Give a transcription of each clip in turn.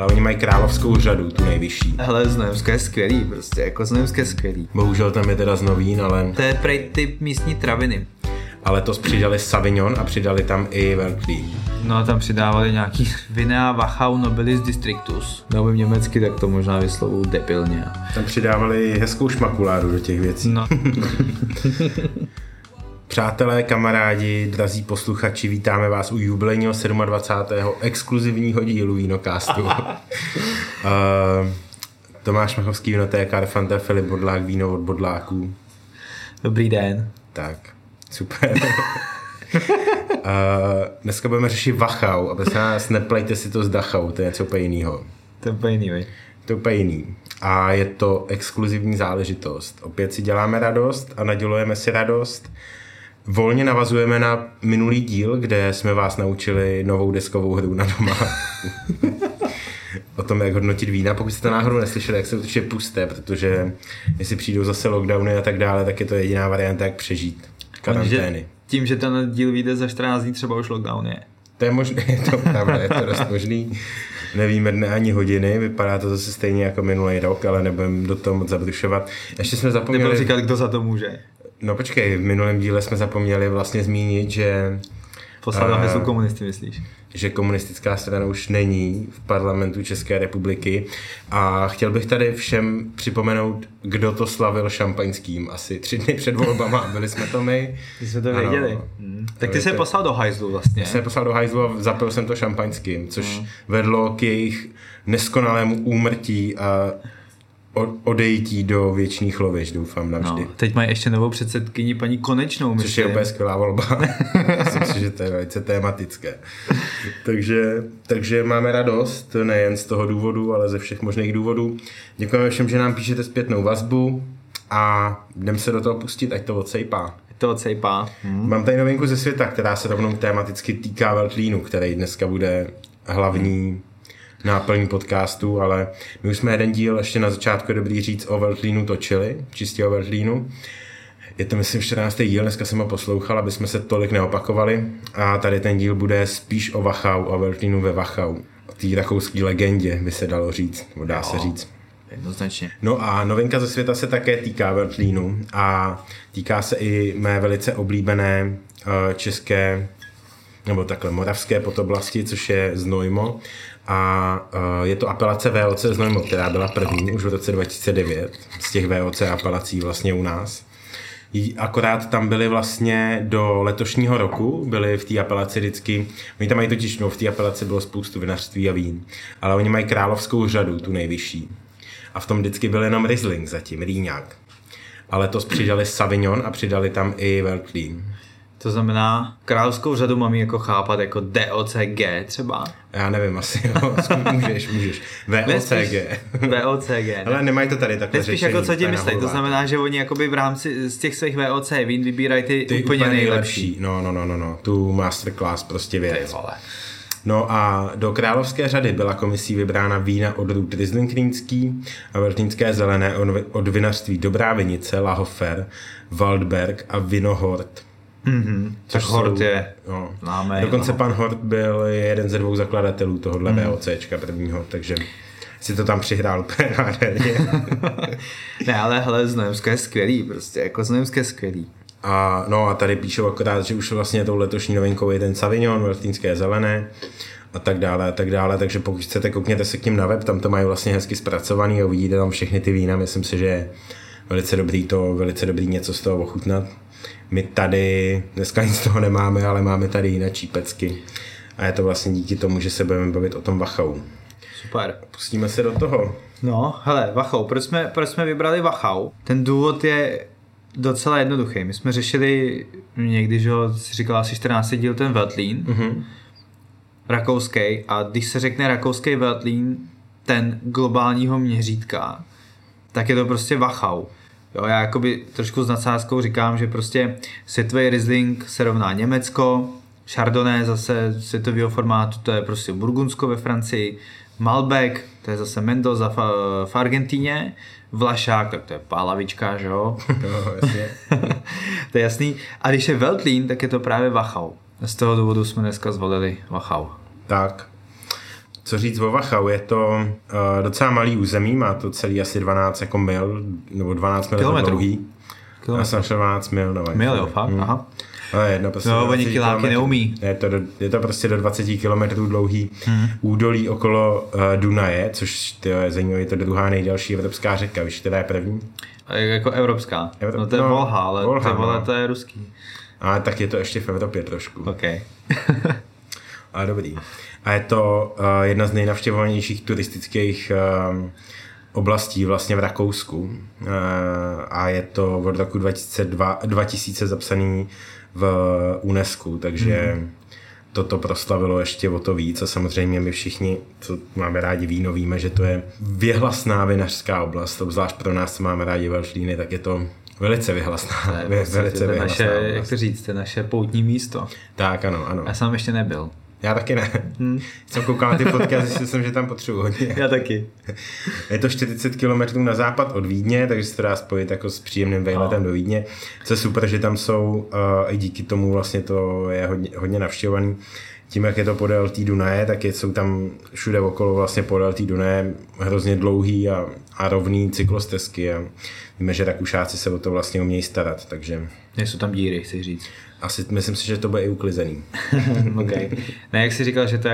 ale oni mají královskou řadu, tu nejvyšší. Hele, Znojemské je skvělý, prostě, jako Znojemské je skvělý. Bohužel tam je teda z Novín, ale... To je prej typ místní traviny. Ale to přidali Savignon a přidali tam i Veltlín. No a tam přidávali nějaký Vinea Wachau Nobilis Districtus. Neumím německy, tak to možná vyslovuju debilně. Tam přidávali hezkou šmakuládu do těch věcí. No. Přátelé, kamarádi, drazí posluchači, vítáme vás u jubilejního 27. exkluzivního dílu Vínocastu. Tomáš Machovský, vinotékár, Fanta, Filip Bodlák, víno od Bodláků. Dobrý den. Tak, super. Dneska budeme řešit Wachau, aby se nás neplejte si to s Dachau, to je něco úplně jinýho. To je úplně jiný, vej. To je úplně jiný. A je to exkluzivní záležitost. Opět si děláme radost a nadělujeme si radost. Volně navazujeme na minulý díl, kde jsme vás naučili novou deskovou hru na doma. O tom, jak hodnotit vína. Pokud jste to náhodou neslyšeli, jak se určitě puste, protože jestli přijdou zase lockdowny a tak dále, tak je to jediná varianta, jak přežít karantény. Tím, že ten díl vyjde za 14 dní, třeba už lockdown je. To je možné, je to pravda, je to dost možný. Nevíme dne ani hodiny, vypadá to zase stejně jako minulý rok, ale nebudeme do toho moc zabrušovat. Ještě jsme zapomněli... Nebyl říkat, kdo za to může. No počkej, v minulém díle jsme zapomněli vlastně zmínit, že... Poslal do hezlu komunisty, myslíš? Že komunistická strana už není v parlamentu České republiky a chtěl bych tady všem připomenout, kdo to slavil šampaňským asi 3 dny před volbama. Byli jsme to my. Ty jsme to věděli. Tak ty se poslal do hajzlu vlastně. Já jsem poslal do hajzlu a zapil jsem to šampaňským, což vedlo k jejich neskonalému úmrtí a odejítí do věčných lovišť, doufám navždy. No, teď mají ještě novou předsedkyni paní Konečnou, myslím. Což je úplně skvělá volba. Myslím si, že to je velice tematické. Takže máme radost, nejen z toho důvodu, ale ze všech možných důvodů. Děkujeme všem, že nám píšete zpětnou vazbu a jdeme se do toho pustit, ať to odsejpá. Mám tady novinku ze světa, která se rovnou tematicky týká Veltlínu, který dneska bude hlavní náplní podcastu, ale my už jsme jeden díl ještě na začátku, dobrý říct, o Veltlínu točili, čistě o Veltlínu. Je to, myslím, 14. díl, dneska jsem ho poslouchal, aby jsme se tolik neopakovali a tady ten díl bude spíš o Wachau, o Veltlínu ve Wachau, o té rakouské legendě, by se dalo říct, dá se říct. Jednoznačně. No a novinka ze světa se také týká Veltlínu a týká se i mé velice oblíbené české, nebo takhle moravské podoblasti, což je Znojmo. A je to apelace VOC Znojmo, která byla první už v roce 2009 z těch VOC apelací vlastně u nás. Akorát tam byly vlastně do letošního roku, byly v té apelaci vždycky, oni tam mají totiž, v té apelaci bylo spoustu vinařství a vín, ale oni mají královskou řadu, tu nejvyšší. A v tom vždycky byl jenom Riesling zatím, Rýňák. Ale to přidali Savignon a přidali tam i Veltlín. To znamená, královskou řadu mám jako chápat jako DOCG třeba? Já nevím, asi jo, můžeš. VOCG. VOCG. Ale nemají to tady takhle řečení. Spíš jako co ti myslí, to znamená, že oni jakoby v rámci z těch svých VOC vín vybírají ty úplně nejlepší. No, tu masterclass prostě věc. No a do královské řady byla komisí vybrána vína od růd Riesling rýnský a veltlínské zelené od vinařství Dobrá Vinice, Lahofer, Waldberg a Vinohort. Tak Hort je známý. Dokonce pan Hort byl jeden ze 2 zakladatelů tohohle VOCčka prvního, takže si to tam přihrál úplně nádherně. Ne, ale hele, Znojemské je skvělý, prostě, jako Znojemské je skvělý. A tady píšou akorát, že už vlastně tou letošní novinkou je ten Savignon, veltlínské zelené a tak dále, takže pokud chcete, koukněte se k ním na web, tam to mají vlastně hezky zpracovaný a uvidíte tam všechny ty vína, myslím si, že je velice dobrý něco z toho ochutnat. My tady dneska nic z toho nemáme, ale máme tady jináčí pecky. A je to vlastně díky tomu, že se budeme bavit o tom Wachau. Super. Pustíme se do toho. No, hele, Wachau. Proč jsme vybrali Wachau? Ten důvod je docela jednoduchý. My jsme řešili někdy, že si říkala asi 14. díl ten Veltlín. Rakouský. A když se řekne rakouský Veltlín, ten globálního měřítka, tak je to prostě Wachau. Jo, já jakoby trošku s nadsázkou říkám, že prostě světový Riesling se rovná Německo, Chardonnay zase světového formátu, to je prostě Burgundsko ve Francii, Malbec, to je zase Mendoza v Argentíně, Vlašák, tak to je pálavička, že jo? Jo, jasně. To je jasný. A když je Veltlín, tak je to právě Wachau. Z toho důvodu jsme dneska zvolili Wachau. Tak. Co říct o Wachau, je to docela malý území, má to celý asi 12 jako mil, nebo 12 mil Kilometrů. dlouhý. Já jsem šel 12 mil. No, Mil, jo, fakt? Aha. Ale jedno, prostě no, oni kiláky neumí. Je to prostě do 20 km dlouhý údolí okolo Dunaje, což je zajímavé, je to druhá nejdelší evropská řeka, víš, která je první? Jako evropská. No to je Volha, ale to je ruský. A tak je to ještě v Evropě trošku. OK. Ale dobrý. A je to jedna z nejnavštěvovanějších turistických oblastí vlastně v Rakousku. A je to od roku 2000 zapsaný v UNESCO, takže toto proslavilo ještě o to víc a samozřejmě my všichni, co máme rádi víno, víme, že to je věhlasná vinařská oblast, obzvlášť pro nás, co máme rádi Veltlíny, tak je to velice vyhlasná. To je naše, jak to říct, to je naše poutní místo. Tak, ano. Já jsem ještě nebyl. Já taky ne. Jsem koukal na ty fotky a zjistil jsem, že tam potřebuji hodně. Já taky. Je to 40 km na západ od Vídně, takže se to dá spojit jako s příjemným vejletem do Vídně. Co je super, že tam jsou i díky tomu vlastně to je hodně navštěvovaný. Tím, jak je to podél té Dunaje, tak jsou tam všude okolo vlastně podél té Dunaje hrozně dlouhý a rovný cyklostezky a víme, že Rakušáci se o to vlastně umějí starat, takže... Nejsou tam díry, chci říct. Asi myslím si, že to bude i uklizený. Okay. Ne, jak jsi říkal, že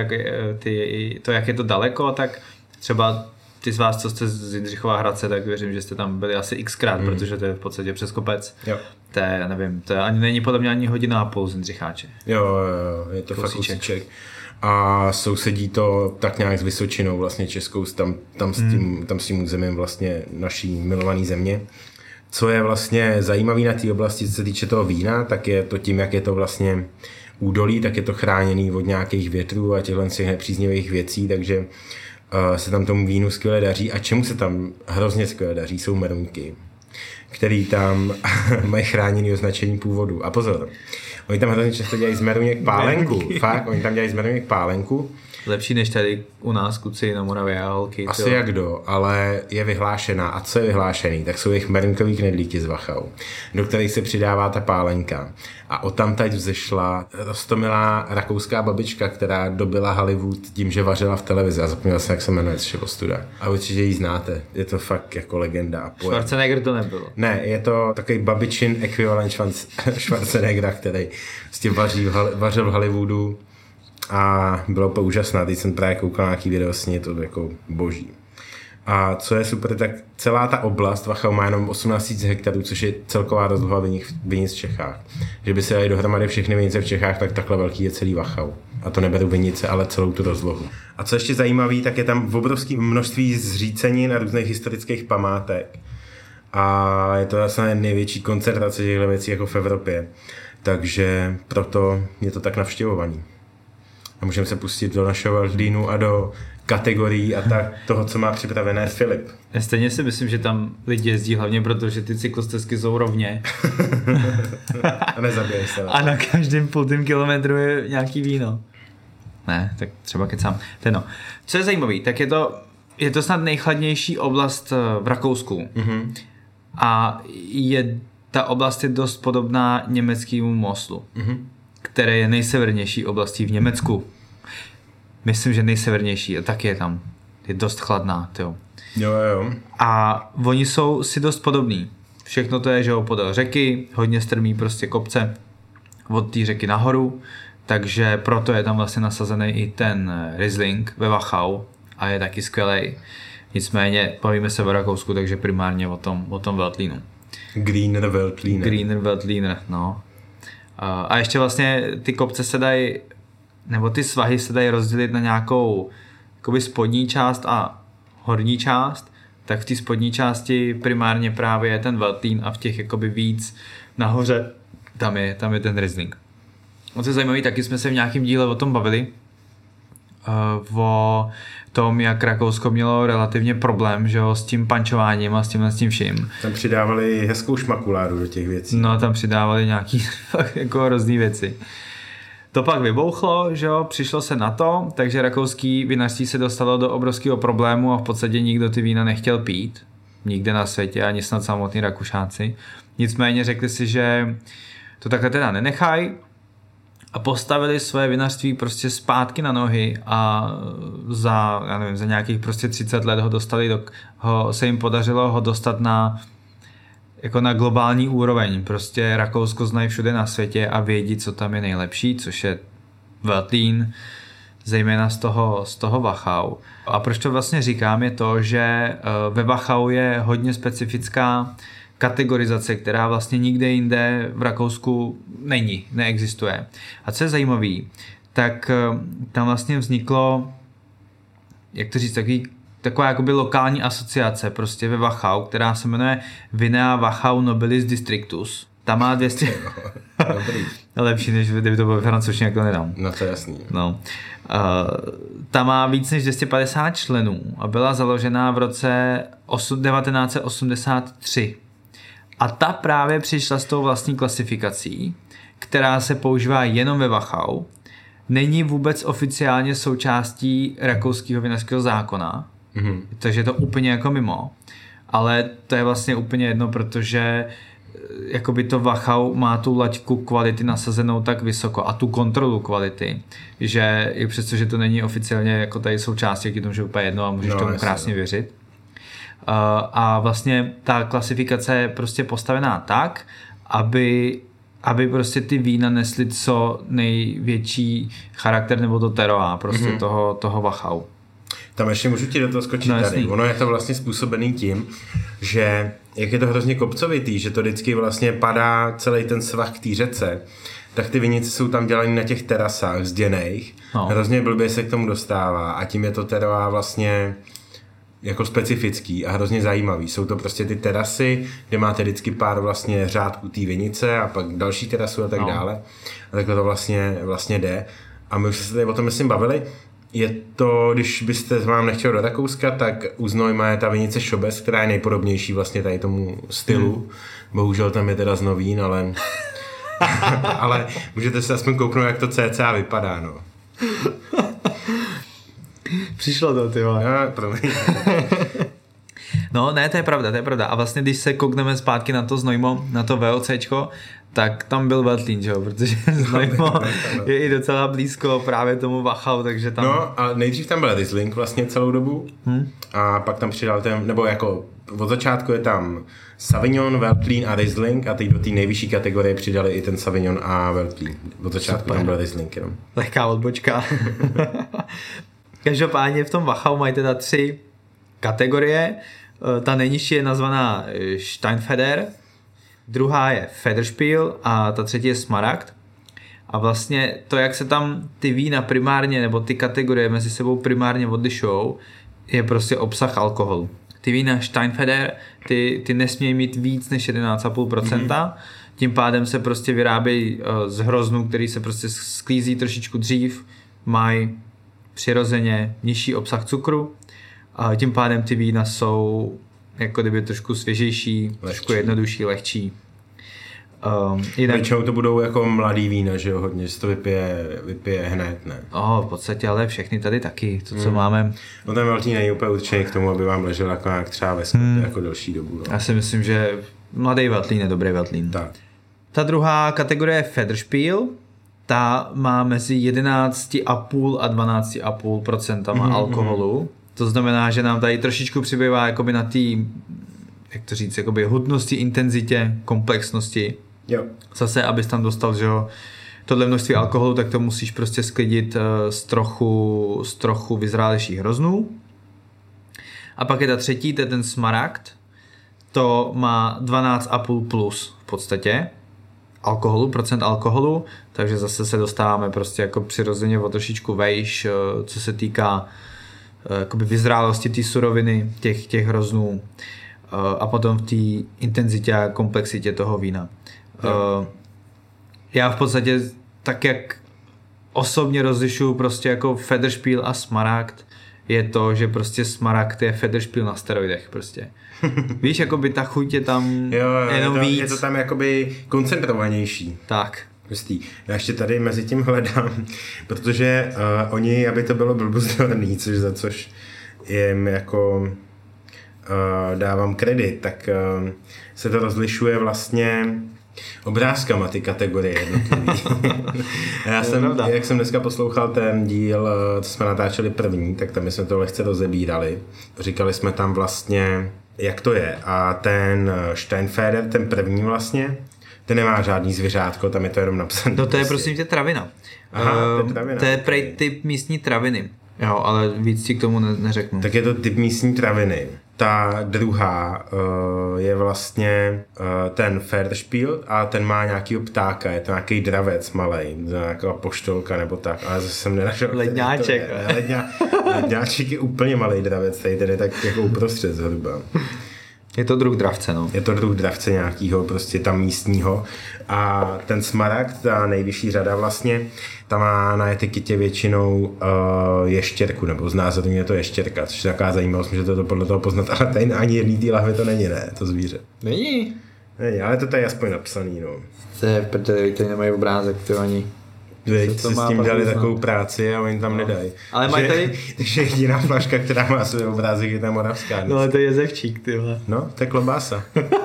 to, jak je to daleko, tak třeba ty z vás, co jste z Jindřichova Hradce, tak věřím, že jste tam byli asi xkrát, protože to je v podstatě přes kopec. Jo. To je, nevím, to je, ani není podle mě ani hodina a půl z Jindřicháče. Jo, je to fakt kousíček. A sousedí to tak nějak s Vysočinou vlastně českou, tam s tím územím vlastně naší milované země. Co je vlastně zajímavé na té oblasti, co se týče toho vína, tak je to tím, jak je to vlastně údolí, tak je to chráněný od nějakých větrů a těchto nepříznivých věcí, takže se tam tomu vínu skvěle daří. A čemu se tam hrozně skvěle daří, jsou meruňky, který tam mají chráněný označení původu. A pozor, oni tam hrozně často dělají z meruněk pálenku. Fakt, oni tam dělají z meruněk pálenku. Lepší než tady u nás kluci na Moravě a holky. Asi jak kdo, ale je vyhlášená. A co je vyhlášený? Tak jsou jejich meruňkový knedlíky z Wachau, do kterých se přidává ta pálenka. A odtamtud vzešla roztomilá rakouská babička, která dobila Hollywood tím, že vařila v televizi. A zapomněl jsem, jak se jmenuje, což je ostuda. A určitě ji znáte. Je to fakt jako legenda a pojem. Schwarzenegger to nebylo. Ne, je to takový babičin ekvivalent Schwarzeneggera, který vlastně vařil v Hollywoodu. A bylo to úžasné, teď jsem právě koukal na nějaký video s ní, je to jako boží. A co je super, tak celá ta oblast Wachau má jenom 18 000 hektarů, což je celková rozloha vinic v Čechách. Že by se dali dohromady všechny vinice v Čechách, tak takhle velký je celý Wachau. A to neberu vinice, ale celou tu rozlohu. A co ještě zajímavé, tak je tam obrovské množství zřícenin a různých historických památek. A je to vlastně největší koncentrace těchto věcí jako v Evropě. Takže proto je to tak navštěvovaný. A můžeme se pustit do našeho Veltlínu a do kategorií a tak toho, co má připravené Filip. Já stejně si myslím, že tam lidi jezdí hlavně proto, že ty cyklostezky jsou rovně. A nezabijej se. A na každém půltým kilometru je nějaký víno. Ne, tak třeba kecám. No. Co je zajímavý, tak je to snad nejchladnější oblast v Rakousku. Mm-hmm. A ta oblast je dost podobná německému Moslu. Mm-hmm. Které je nejsevernější oblastí v Německu. Myslím, že nejsevernější a tak je tam. Je dost chladná, tyjo. Jo. A oni jsou si dost podobný. Všechno to je, že podél řeky, hodně strmý prostě kopce od té řeky nahoru, takže proto je tam vlastně nasazený i ten Riesling ve Wachau a je taky skvělej. Nicméně bavíme se o Rakousku, takže primárně o tom Veltlínu. Grüner Veltliner, no. A ještě vlastně ty kopce se dají, nebo ty svahy se dají rozdělit na nějakou jakoby spodní část a horní část, tak v té spodní části primárně právě je ten Veltlín a v těch jakoby víc nahoře tam je ten Riesling. Moc je zajímavý, taky jsme se v nějakém díle o tom bavili, o tom, jak Rakousko mělo relativně problém, že jo, s tím pančováním a s tím vším. Tam přidávali hezkou šmakuládu do těch věcí. No, tam přidávali nějaký fakt jako hrozný věci. To pak vybouchlo, že jo, přišlo se na to, takže rakouský vinařství se dostalo do obrovského problému a v podstatě nikdo ty vína nechtěl pít. Nikde na světě, ani snad samotní Rakušáci. Nicméně řekli si, že to takhle teda nenechají a postavili svoje vinařství prostě zpátky na nohy a za nějakých prostě 30 let se jim podařilo ho dostat na globální úroveň. Prostě Rakousko znají všude na světě a vědí, co tam je nejlepší, což je Veltlín, zejména z toho Wachau. A proč to vlastně říkám, je to, že ve Wachau je hodně specifická kategorizace, která vlastně nikde jinde v Rakousku neexistuje. A co je zajímavé, tak tam vlastně vzniklo, jak to říct, taková jakoby lokální asociace prostě ve Wachau, která se jmenuje Vinea Wachau Nobilis Districtus. Tam má 200... Dobrý. Lepší, než kdyby to bylo francouzštině, jak to nedám. No to je jasný. No. Ta má víc než 250 členů a byla založena v roce 1983. A ta právě přišla s tou vlastní klasifikací, která se používá jenom ve Wachau. Není vůbec oficiálně součástí rakouského vinařského zákona, takže je to úplně jako mimo. Ale to je vlastně úplně jedno, protože jakoby to Wachau má tu laťku kvality nasazenou tak vysoko a tu kontrolu kvality, že i přesto, že to není oficiálně jako tady součástí, jak je to úplně jedno a můžeš tomu krásně věřit. A vlastně ta klasifikace je prostě postavená tak, aby prostě ty vína nesly co největší charakter nebo to terroir prostě toho Wachau. Tam ještě můžu ti do toho skočit tady. Jasný. Ono je to vlastně způsobený tím, že jak je to hrozně kopcovitý, že to vždycky vlastně padá celý ten svah k té řece, tak ty vinice jsou tam dělané na těch terasách zděných. No. Hrozně blbě se k tomu dostává a tím je to terroir vlastně jako specifický a hrozně zajímavý. Jsou to prostě ty terasy, kde máte vždycky pár vlastně řádků té vinice a pak další terasu a tak dále. A takhle to vlastně jde. A my už se tady o tom myslím bavili. Je to, když byste vám nechtěli do Rakouska, tak u Znojma je ta vinice Šobes, která je nejpodobnější vlastně tady tomu stylu. Bohužel tam je teda z Novín, ale ale můžete se aspoň kouknout, jak to cca vypadá, no. Přišlo to, ty vole. No, ne, to je pravda. A vlastně, když se koukneme zpátky na to Znojmo, na to VOCčko, tak tam byl Veltlín, že jo, protože Znojmo je i docela blízko právě tomu Wachau, takže tam... No, a nejdřív tam byl Riesling vlastně celou dobu a pak tam přidal ten, nebo jako od začátku je tam Sauvignon, Veltlín a Riesling a teď do té nejvyšší kategorie přidali i ten Sauvignon a Veltlín. Od začátku tam byl Riesling jenom. Lehká odbočka. Každopádně v tom Wachau mají teda 3 kategorie. Ta nejnižší je nazvaná Steinfeder, druhá je Federspiel a ta třetí je Smaragd. A vlastně to, jak se tam ty vína primárně, nebo ty kategorie mezi sebou primárně odlišou, je prostě obsah alkoholu. Ty vína Steinfeder, ty nesmějí mít víc než 11,5%, tím pádem se prostě vyrábějí z hroznů, který se prostě sklízí trošičku dřív, mají přirozeně nižší obsah cukru a tím pádem ty vína jsou jako kdyby trošku svěžejší, trošku jednodušší, lehčí. Většinou to budou jako mladý vína, že jo, hodně se to vypije hned, ne? V podstatě, ale všechny tady taky, to, co máme. No ten Veltlín není úplně určený k tomu, aby vám ležel jako nějak třeba ve jako delší dobu. No. Já si myslím, že mladý Veltlín je dobrý Veltlín. Tak. Ta druhá kategorie je Federspiel, ta má mezi 11,5 a 12,5% alkoholu. To znamená, že nám tady trošičku přibývá jakoby na té, jak to říct, jakoby hutnosti, intenzitě, komplexnosti. Jo. Zase, abys tam dostal, že jo, tohle množství alkoholu, tak to musíš prostě sklidit z trochu vyzrálejších hroznů. A pak je ta třetí, to je ten Smaragd. To má 12,5 plus v podstatě procent alkoholu, takže zase se dostáváme prostě jako přirozeně o trošičku vejš, co se týká jakoby vyzrálosti té suroviny, těch hroznů a potom v té intenzitě a komplexitě toho vína. Já v podstatě tak, jak osobně rozlišuju prostě jako Federspiel a Smaragd, je to, že prostě Smaragd je Federspiel na steroidech prostě. Víš, jakoby ta chuť je tam jenom víc. Je to tam jakoby koncentrovanější. Tak. Prostý. Já ještě tady mezi tím hledám, protože oni, aby to bylo blbůzdorný, což jim jako dávám kredit, tak se to rozlišuje vlastně obrázkama ty kategorie jednotlivý. Jak jsem dneska poslouchal ten díl, co jsme natáčeli první, tak tam jsme to lehce rozebírali. Říkali jsme tam vlastně, jak to je. A ten Steinfeder, ten první vlastně, ten nemá žádný zvířátko, tam je to jenom napsané. No to je prosím tě travina. Aha, to je prej typ místní traviny. Jo, ale víc ti k tomu neřeknu. Tak je to typ místní traviny. Ta druhá je vlastně ten Federspiel a ten má nějakýho ptáka, je to nějaký dravec malej, nějaká poštolka nebo tak, ale zase jsem nenašel. Ledňáček. Ledňáček je úplně malej dravec, tady ten je tak jako uprostřed zhruba. Je to druh dravce, no. Je to druh dravce nějakýho, prostě tam místního. A ten smaragd, ta nejvyšší řada vlastně, ta má na etiketě většinou ještěrku, nebo znázorňuje to ještěrka, což je taková zajímavost, můžete to podle toho poznat, ale tady ani jedný té lahve to není, ne, to zvíře. Není, ale to tady je aspoň napsaný, no. To je, protože tady nemají obrázek, to ani... Víte, si s tím dali takovou práci a oni tam nedají. Ale mají tady... Takže jediná flaška, která má svůj obrázek, je ta moravská. No ale to je jezevčík, ty vole. No, to je klobása.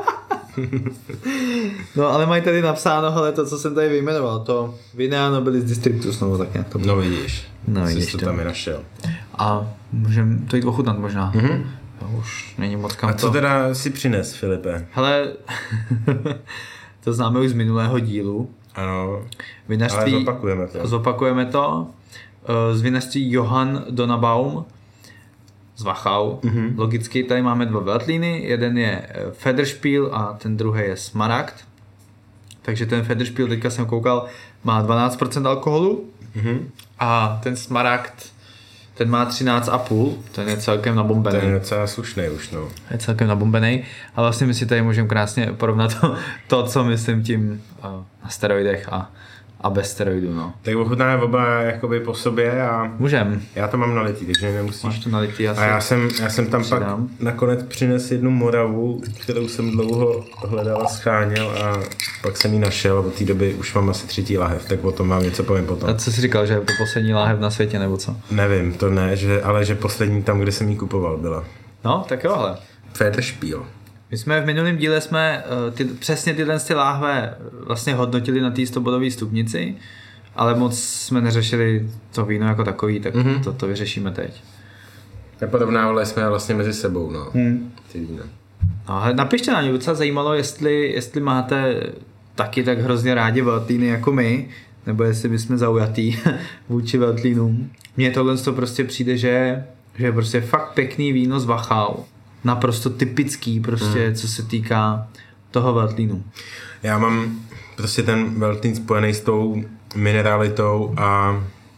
No ale mají tady napsáno, hele, to, co jsem tady vyjmenoval, to Vinea Nobilis Districtus, nebo tak nějak to bylo. No vidíš, jsi to tam i našel. A můžeme to jít ochutnat možná. To už není moc kam. A co teda si přines, Filipe? Hele, to známe už z minulého dílu. Ano, vinařství, ale zopakujeme to. Z vinařství Johann Donnerbaum z Wachau. Logicky tady máme dva Veltlíny, jeden je Federspiel a ten druhý je Smaragd. Takže ten Federspiel, teďka jsem koukal, má 12% alkoholu a ten Smaragd, ten má 13,5, ten je celkem nabombený. Ten je docela slušnej už, no. Je celkem nabombený a vlastně my si tady můžeme krásně porovnat to co myslím tím na steroidech a bez steroidů, no. Tak ochutnáme oba jakoby po sobě a... Můžem. Já to mám nalitý, takže nemusíš. Máš to nalitý, a já jsem tam přidám. Pak nakonec přinesl jednu Moravu, kterou jsem dlouho hledal a scháněl a pak jsem ji našel a od té doby už mám asi 3. láhev, tak o tom vám něco povím potom. A co jsi říkal, že je to poslední láhev na světě, nebo co? Nevím, to ne, ale že poslední tam, kde jsem ji kupoval, byla. No, tak jo, hele. Federspiel. My jsme v minulém díle přesně tyhle láhve vlastně hodnotili na té 100bodové stupnici, ale moc jsme neřešili to víno jako takový, tak to vyřešíme teď. Neporovnávali jsme vlastně mezi sebou, no. Ty vína. No, napište nám, mě docela zajímalo, jestli máte taky tak hrozně rádi Veltlíny jako my, nebo jestli bychom zaujatý vůči Veltlínům. Mně tohle prostě přijde, že je prostě fakt pěkný víno z Wachau. Naprosto typický prostě, co se týká toho Veltlínu. Já mám prostě ten Veltlín spojený s tou mineralitou a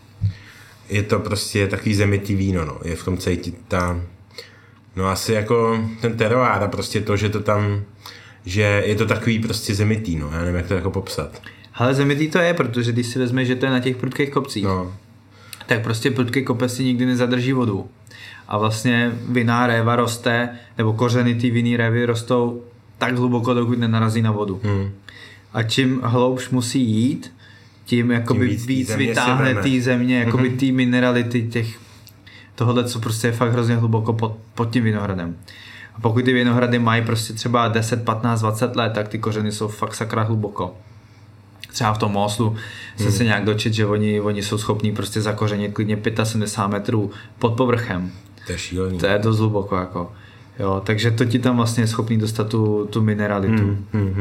je to prostě takový zemitý víno, no. Je v tom cítit ta, no asi jako ten terroir a prostě to, že to tam, že je to takový prostě zemitý, no. Já nevím, jak to jako popsat. Ale zemitý to je, protože když si vezme, že to je na těch prudkých kopcích, no. Tak prostě prudký kopec si nikdy nezadrží vodu. A vlastně vinná réva roste, nebo kořeny ty vinný révy rostou tak hluboko, dokud nenarazí na vodu. A čím hloubš musí jít, tím jakoby víc vytáhne té země, jakoby té minerality tohle, co prostě je fakt hrozně hluboko pod tím vinohradem. A pokud ty vinohrady mají prostě třeba 10, 15, 20 let, tak ty kořeny jsou fakt sakra hluboko. Třeba v tom Moslu se nějak dočet, že oni jsou schopní prostě zakořenit klidně 75 metrů pod povrchem. To je šílený. To je dost hluboko, jako. Jo, takže to ti tam vlastně je schopný dostat tu mineralitu.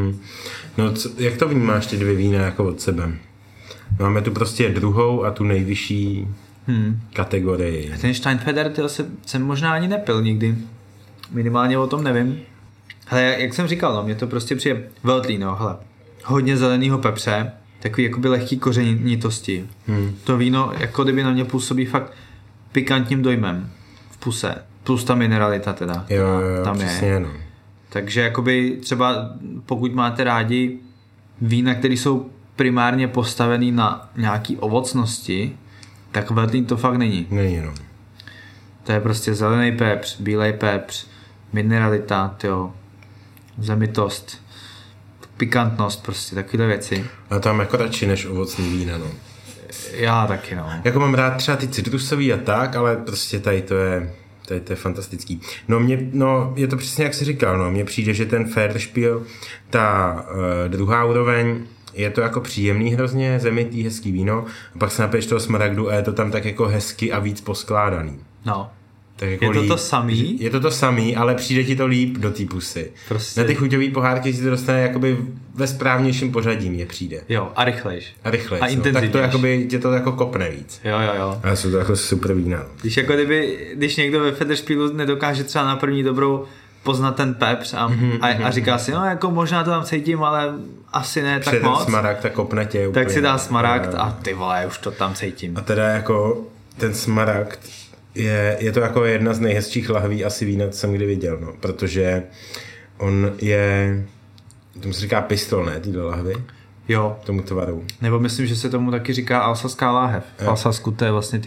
No, jak to vnímáš ty dvě vína jako od sebe? Máme tu prostě druhou a tu nejvyšší kategorii. Ten Steinfeder, jsem možná ani nepil nikdy. Minimálně o tom nevím. Ale jak jsem říkal, no, mě to prostě přijde Veltlín, no, hele. Hodně zelenýho pepře, takový jakoby lehký kořenitosti. To víno jako kdyby na mě působí fakt pikantním dojmem v puse. Plus ta mineralita teda. Jo, tam přesně, je. No. Takže jakoby třeba pokud máte rádi vína, které jsou primárně postavený na nějaký ovocnosti, tak Veltlín to fakt není. Není, no. To je prostě zelený pepř, bílej pepř, mineralita, zemitost, pikantnost, prostě takové věci. A tam jako radši než ovocný vína, no. Já taky, no. Jako mám rád třeba ty citrusový a tak, ale prostě tady to je To je fantastický. No, je to přesně jak jsi říkal, no. Mně přijde, že ten Federspiel, ta druhá úroveň, je to jako příjemný hrozně, zemitý, hezký víno, a pak se napiješ toho smaragdu a je to tam tak jako hezky a víc poskládaný. No. Tak jako Je to to samý? Je to samý, ale přijde ti to líp do té pusy. Prostě. Na ty chuťový pohádky si to dostane jakoby ve správnějším pořadí, mně přijde. Jo, a rychlejš. A rychlejš, a no. Tak to jakoby tě to jako kopne víc. Jo. A jsou to jako super vína. Když někdo ve Federspielu nedokáže třeba na první dobrou poznat ten pepř a říká si, no jako možná to tam cítím, ale asi ne tak moc. Smaragd a kopne tě úplně. Tak si dá smaragd a ty vole, už to tam cítím. A teda jako ten smaragd je to jako jedna z nejhezčích lahví asi vína, co jsem kdy viděl, no, protože on je, tomu se říká pistol, ne, týhle lahvy? Jo. Tomu tvaru. Nebo myslím, že se tomu taky říká alsaská láhev. V Alsasku to je vlastně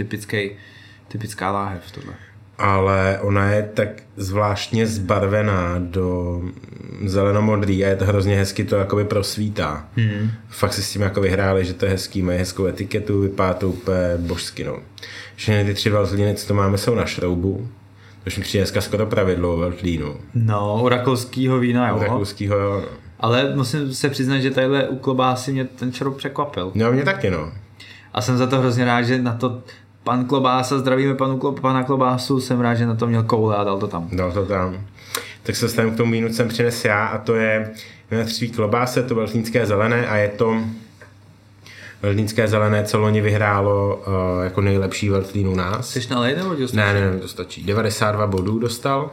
typická láhev tohle. Ale ona je tak zvláštně zbarvená do zelenomodrý a je to hrozně hezky to jakoby prosvítá. Fakt si s tím jako vyhráli, že to je hezký, mají hezkou etiketu, vypadá to úplně božsky, no. Všechny ty 3 veltlíny, co to máme, jsou na šroubu. To už mi přijde dneska skoro pravidlo o veltlínu. No, u rakouskýho vína, jo. U rakouskýho, jo, no. Ale musím se přiznat, že tadyhle u klobásy mě ten šroub překvapil. No, mě taky, no. A jsem za to hrozně rád, že na to pan Klobása, zdravíme pana Klobásu, jsem rád, že na to měl koule a dal to tam. Dal to tam. Tak se dostanu k tomu vínu, co jsem přines já, a to je Třví klobáse, to veltlínské zelené, a je to veltlínské zelené, co loni vyhrálo jako nejlepší veltlín u nás. Chceš nalej nebo ti Ne, to stačí. 92 bodů dostal.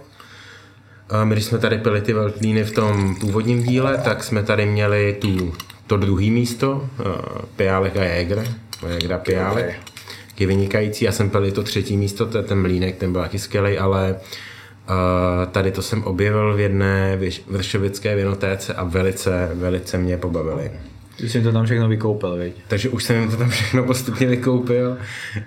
My, když jsme tady pili ty veltlíny v tom původním díle, tak jsme tady měli to druhý místo, Piálek a Jäger, Piálek. Je vynikající, já jsem pil to 3. místo, to je ten mlýnek, ten byl taky skvělej, ale tady to jsem objevil v jedné vršovické vinotéce a velice mě pobavili. Ty jsi to tam všechno vykoupil, viď? Takže už jsem jim to tam všechno postupně vykoupil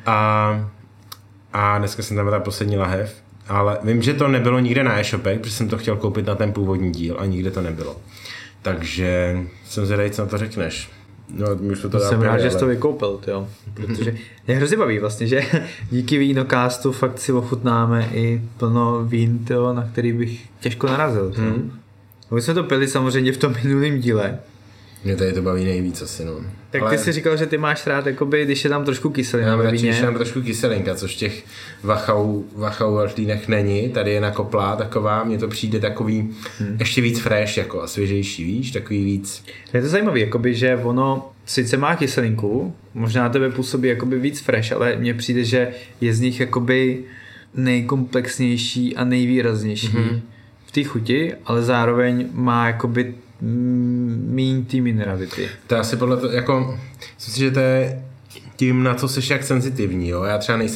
a dneska jsem tam dal poslední lahev, ale vím, že to nebylo nikde na e-shopech, protože jsem to chtěl koupit na ten původní díl a nikde to nebylo. Takže jsem zvědavý, co na to řekneš. No, jsem rád, že jsi to vykoupil, jo. Protože je hrozně baví vlastně, že díky vínokástu fakt si ochutnáme i plno vín, tyjo, na který bych těžko narazil. My jsme to pili samozřejmě v tom minulém díle. Mě tady to baví nejvíc asi, no. Tak ale ty jsi říkal, že ty máš rád, jakoby, když je tam trošku kyselina ve víně. Já mám trošku kyselinka, což v těch Wachau veltlínech není. Tady je nakoplá taková, mně to přijde takový ještě víc fresh jako a svěžejší, víš, takový víc. Je to zajímavý, jakoby, že ono sice má kyselinku, možná na tebe působí jakoby víc fresh, ale mně přijde, že je z nich jakoby nejkomplexnější a nejvýraznější v té chuti, ale zároveň má jakoby míň ty minerality. To je asi podle toho, jako, myslím si, že to je tím, na co jsi jak senzitivní, jo.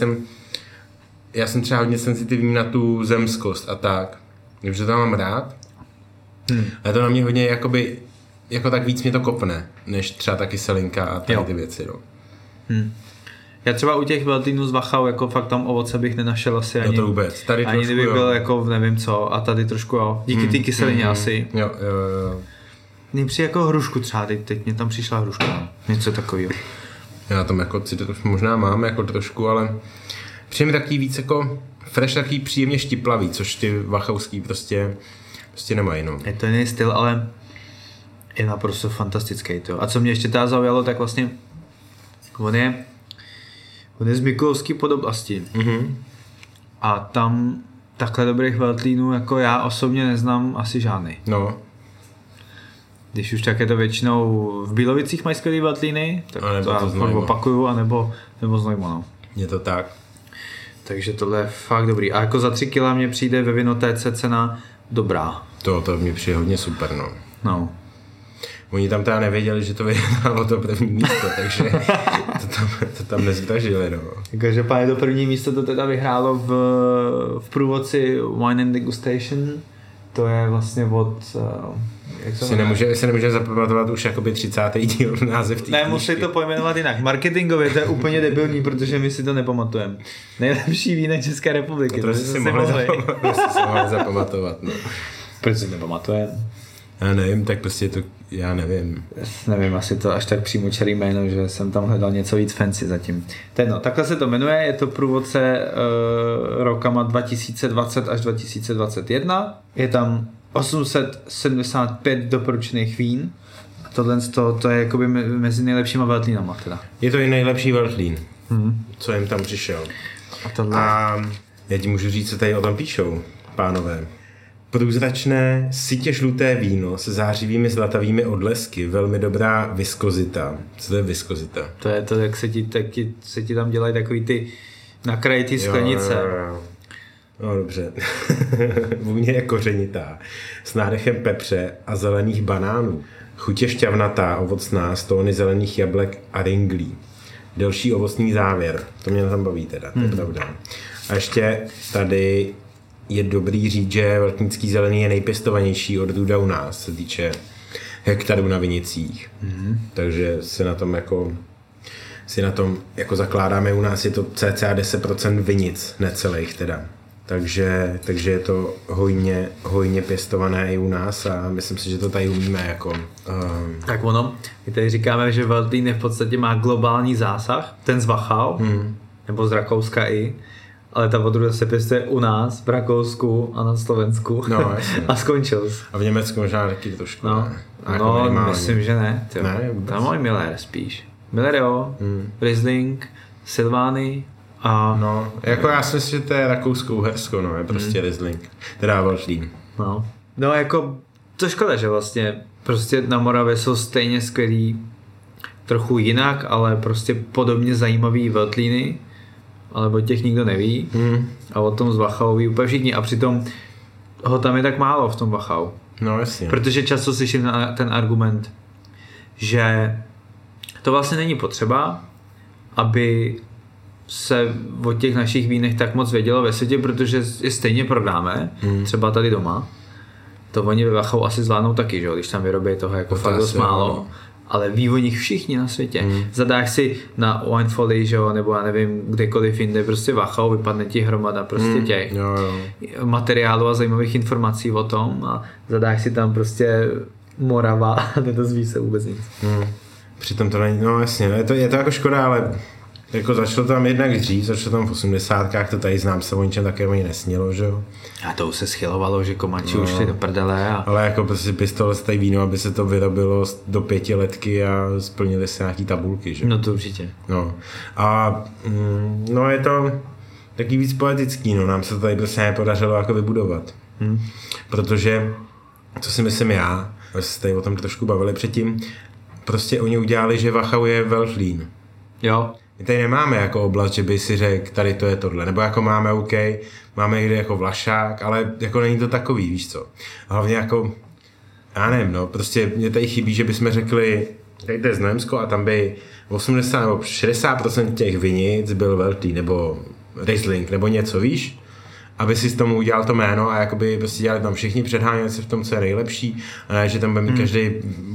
Já jsem třeba hodně senzitivní na tu zemskost a tak. Takže to mám rád. Ale to na mě hodně jakoby, jako tak víc mě to kopne, než třeba ta kyselinka a tady ty věci, no. Já třeba u těch veltlínů z Wachau, jako fakt tam ovoce bych nenašel asi ani. No to vůbec. Tady ani kdyby byl jako nevím co a tady trošku jo. Díky té kyselině asi. Jo. Mně přijde jako hrušku třeba, teď mě tam přišla hruška. Něco takového. Já na tom jako cit možná mám jako trošku, ale přijde mi takový víc jako fresh, takový příjemně štiplavý, což ty wachauský prostě nemají, no. Je to jiný styl, ale je naprosto fantastický, to. A co mě ještě teda zaujalo, tak vlastně on je z Mikulovský podoblasti. A tam takhle dobrých veltlínů jako já osobně neznám asi žádný. No. Když už tak je to většinou v Bílovicích mají skvělý veltlíny, tak to já opakuju, anebo z Neumanu. Je to tak. Takže tohle je fakt dobrý. A jako za 3 kg mě přijde ve vinotéce cena dobrá. To mi přijde hodně super, no. No. Oni tam teda nevěděli, že to vyhrálo to první místo, takže to tam nezdražili, no. Takže páně to první místo to teda vyhrálo v průvodci Wine and Degustation. To je vlastně od... Si nemůže zapamatovat už jakoby 30. díl název té Ne, musí to pojmenovat jinak. Marketingově to je úplně debilní, protože my si to nepamatujeme. Nejlepší vína České republiky. To si mohli zapamatovat, no. Proč si nepamatujeme? Já nevím, tak prostě Já nevím. Nevím, asi to až tak přímočarý jméno, že jsem tam hledal něco víc fancy zatím. Takhle se to jmenuje, je to průvodce rokama 2020 až 2021. Je tam 875 doporučených vín. Tohle to je jakoby mezi nejlepšíma veltlínama teda. Je to i nejlepší veltlín, co jim tam přišel. A já ti můžu říct, co tady o tom píšou, pánové. Průzračné, sytě žluté víno se zářivými zlatavými odlesky, velmi dobrá viskozita. Co to je viskozita? To je to, jak se ti tam dělají takový ty na kraji ty sklenice. Jo. No dobře. Vůně je kořenitá, s nádechem pepře a zelených banánů. Chutě šťavnatá, ovocná, s tóny zelených jablek a ringlí. Delší ovocný závěr. To mě tam baví teda, to je pravda. A ještě tady je dobrý říct, že veltnický zelený je nejpěstovanější odrůda u nás, se týče hektarů na vinicích. Takže si na tom jako zakládáme, u nás je to cca 10% vinic, necelých teda. Takže je to hojně pěstované i u nás a myslím si, že to tady umíme jako... Tak ono, my tady říkáme, že Veltlín v podstatě má globální zásah, ten z Wachau, nebo z Rakouska i, ale ta odrůda se pěstuje u nás, v Rakousku a na Slovensku. No, a skončil jsi. A v Německu možná taky trošku. No, myslím, že ne. Ne, to je můj Miller spíš. Miller jo, Riesling, Silvány a... No, jako já si myslím, že to je Rakousko-Uhersko, no, je prostě Riesling. Teda Veltlín. No, jako to škoda, že vlastně prostě na Moravě jsou stejně skvělý, trochu jinak, ale prostě podobně zajímavý Veltlíny, ale o těch nikdo neví a o tom z Wachau ví úplně všichni a přitom ho tam je tak málo v tom Wachau. No jasně. Protože často slyším ten argument, že to vlastně není potřeba, aby se o těch našich vínech tak moc vědělo ve světě, protože je stejně prodáme, třeba tady doma. To oni ve Wachau asi zvládnou taky, že? Když tam vyrobí toho jako fakt dost málo. Ale ví o nich všichni na světě. Zadáš si na Winefolly, že jo, nebo já nevím, kdekoliv jinde, prostě Wachau, vypadne ti hromada prostě těch materiálů a zajímavých informací o tom a zadáš si tam prostě Morava a nedozví se vůbec nic. Přitom to není, no jasně, je to jako škoda, ale jako začalo tam jednak dřív, začalo tam v 80kách, to tady znám se o ničem také ani nesnělo, že jo. A to už se schylovalo, že komanči už šli do prdele. Ale jako prostě pistole z tady víno, aby se to vyrobilo do 5 letky a splnili se nějaký tabulky, že? No to určitě. No a no je to taky víc poetický, no nám se to tady prostě nepodařilo jako vybudovat. Protože, co si myslím já, my jsme tady o tom trošku bavili předtím, prostě oni udělali, že Wachau je Veltlín. Jo. My tady nemáme jako oblast, že by si řekl, tady to je tohle, nebo jako máme OK, máme někde jako Vlašák, ale jako není to takový, víš co. Hlavně jako, já nevím, no, prostě mě tady chybí, že bychom řekli, tady to je Znojemsko a tam by 80 nebo 60% těch vinic byl Veltlín, nebo Riesling, nebo něco, víš? Aby si z tomu udělal to jméno a jakoby prostě dělali tam všichni, předháněli se v tom, co je nejlepší a ne, že tam bude mít každý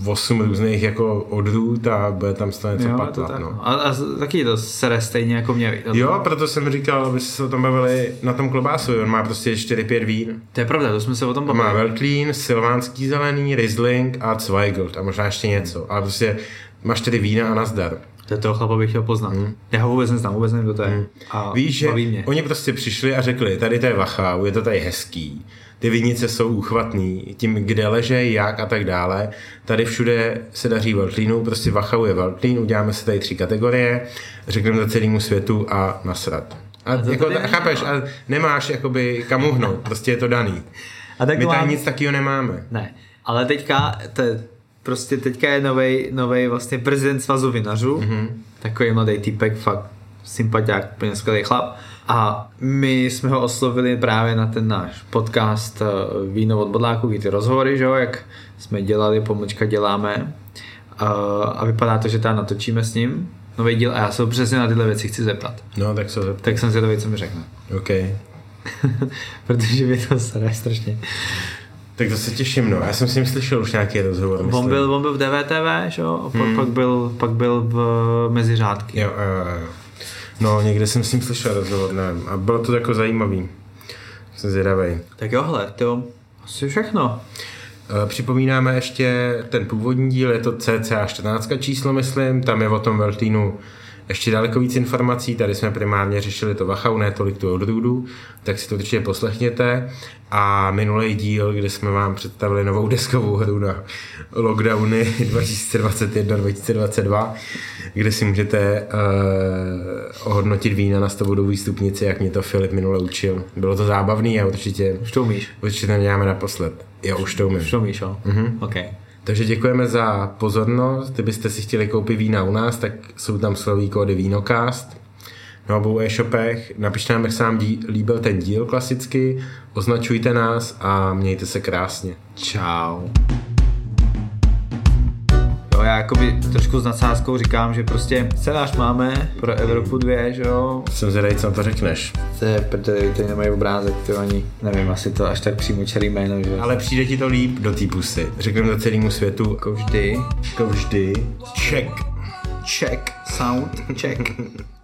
8 různých jako odrůd a bude tam z toho něco patlat. No. A taky to sere stejně jako mě. Jo, proto jsem říkal, aby se o tom bavili na tom klobásovi, on má prostě 4-5 vín. To je pravda, to jsme se o tom bavili. Má Veltlín, Silvánský zelený, Riesling a Zweigelt a možná ještě něco, ale prostě má 4 vína a nazdar. Toho chlapa bych chtěl poznat. Já ho vůbec neznám, vůbec nevím, kdo to je. A víš, že oni prostě přišli a řekli, tady to je Wachau, je to tady hezký, ty vinice jsou úchvatný, tím, kde leží, jak a tak dále. Tady všude se daří Veltlínu, prostě Wachau je Veltlín, uděláme si tady 3 kategorie, řekneme to celému světu a nasrat. A jako, chápeš, a nemáš jakoby kam uhnout, prostě je to daný. A tak my tady nic takového nemáme. Ne, ale teďka je novej vlastně prezident svazu vinařů, takový mladý týpek, fakt sympatiák, úplně skvělý chlap. A my jsme ho oslovili právě na ten náš podcast Víno od bodláků, ty rozhovory, že jo, jak jsme dělali, děláme. A vypadá to, že tam natočíme s ním nový díl a já se ho přesně na tyhle věci chci zeptat. No, tak se zeptat. Tak jsem zvědavý, co mi řekne. OK. Protože mi to stará strašně. Tak to se těším, no. Já jsem s ním slyšel už nějaký rozhovor. On byl v DVTV, že jo? Pak byl v Meziřádky. Jo. No, někde jsem s ním slyšel rozhovor, nevím. A bylo to jako zajímavý. Jsem zvědavej. Tak jo, hele, to asi všechno. Připomínáme ještě ten původní díl, je to cca 14 číslo, myslím, tam je o tom Veltlínu ještě daleko víc informací, tady jsme primárně řešili to Wachau, ne tolik tu odrůdu, tak si to určitě poslechněte. A minulý díl, kde jsme vám představili novou deskovou hru na lockdowny 2021-2022, kde si můžete ohodnotit vína na 100bodový stupnici, jak mě to Filip minule učil. Bylo to zábavný a určitě... Už to umíš? Určitě neděláme naposled. Jo, už to umím. Už to umíš, jo? Okay. Takže děkujeme za pozornost. Kdybyste si chtěli koupit vína u nás, tak jsou tam slovní kódy Vínocast na obou e-shopech. Napište nám, jak se vám líbil ten díl klasicky, označujte nás a mějte se krásně. Čau. Jo, já jakoby trošku s nadsázkou říkám, že prostě scénář máme pro Evropu 2, že jo? Jsem zvědavý, co na to řekneš. Protože tady nemají obrázek, to ani nevím, asi to až tak přímočarý jméno, že? Ale přijde ti to líp do té pusy. Řekneme to celému světu. Jako vždy. Jako vždy. Check. Check. Sound check.